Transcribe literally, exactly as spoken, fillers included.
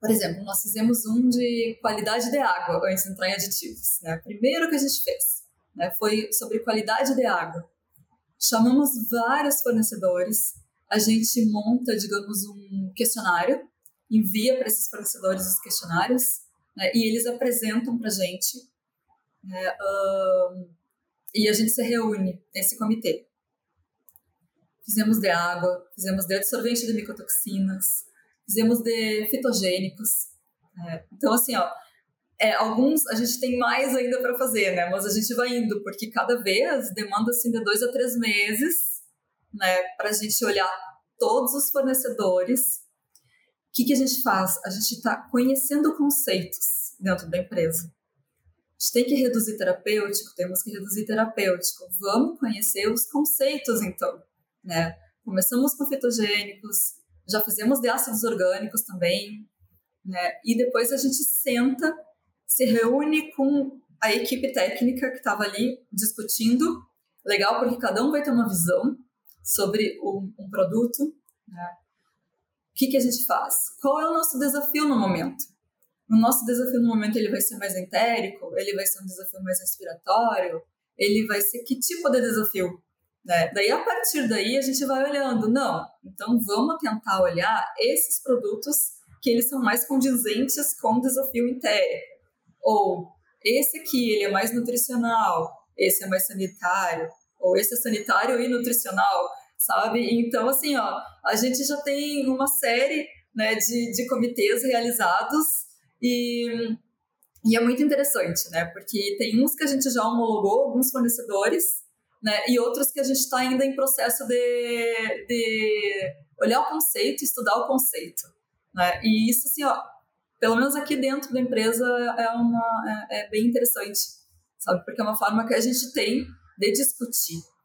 Por exemplo, nós fizemos um de qualidade de água antes de entrar em aditivos, né? O primeiro que a gente fez, né, foi sobre qualidade de água. Chamamos vários fornecedores, a gente monta, digamos, um questionário, envia para esses fornecedores os questionários, né, e eles apresentam para a gente, né, um, e a gente se reúne nesse comitê. Fizemos de água, fizemos de absorvente de micotoxinas, fizemos de fitogênicos. Né? Então, assim, ó, é, alguns a gente tem mais ainda para fazer, né? Mas a gente vai indo, porque cada vez demanda assim, de dois a três meses, né, para a gente olhar todos os fornecedores. O que, que a gente faz? A gente está conhecendo conceitos dentro da empresa. A gente tem que reduzir terapêutico, temos que reduzir terapêutico. Vamos conhecer os conceitos, então. Né? Começamos com fitogênicos, já fizemos de ácidos orgânicos também, né? E depois a gente senta, se reúne com a equipe técnica que estava ali discutindo. Legal, porque cada um vai ter uma visão sobre um, um produto. Né? O que, que a gente faz? Qual é o nosso desafio no momento? O nosso desafio no momento ele vai ser mais entérico? Ele vai ser um desafio mais respiratório? Ele vai ser que tipo de desafio? Né? Daí, a partir daí, a gente vai olhando. Não, então vamos tentar olhar esses produtos que eles são mais condizentes com o desafio entérico. Ou esse aqui, ele é mais nutricional, esse é mais sanitário, ou esse é sanitário e nutricional, sabe? Então, assim, ó, a gente já tem uma série, né, de, de comitês realizados e, e é muito interessante, né? Porque tem uns que a gente já homologou, alguns fornecedores, né, e outros que a gente está ainda em processo de, de olhar o conceito, estudar o conceito. Né? E isso, assim, ó, pelo menos aqui dentro da empresa é, uma, é, é bem interessante, sabe? Porque é uma forma que a gente tem de discutir.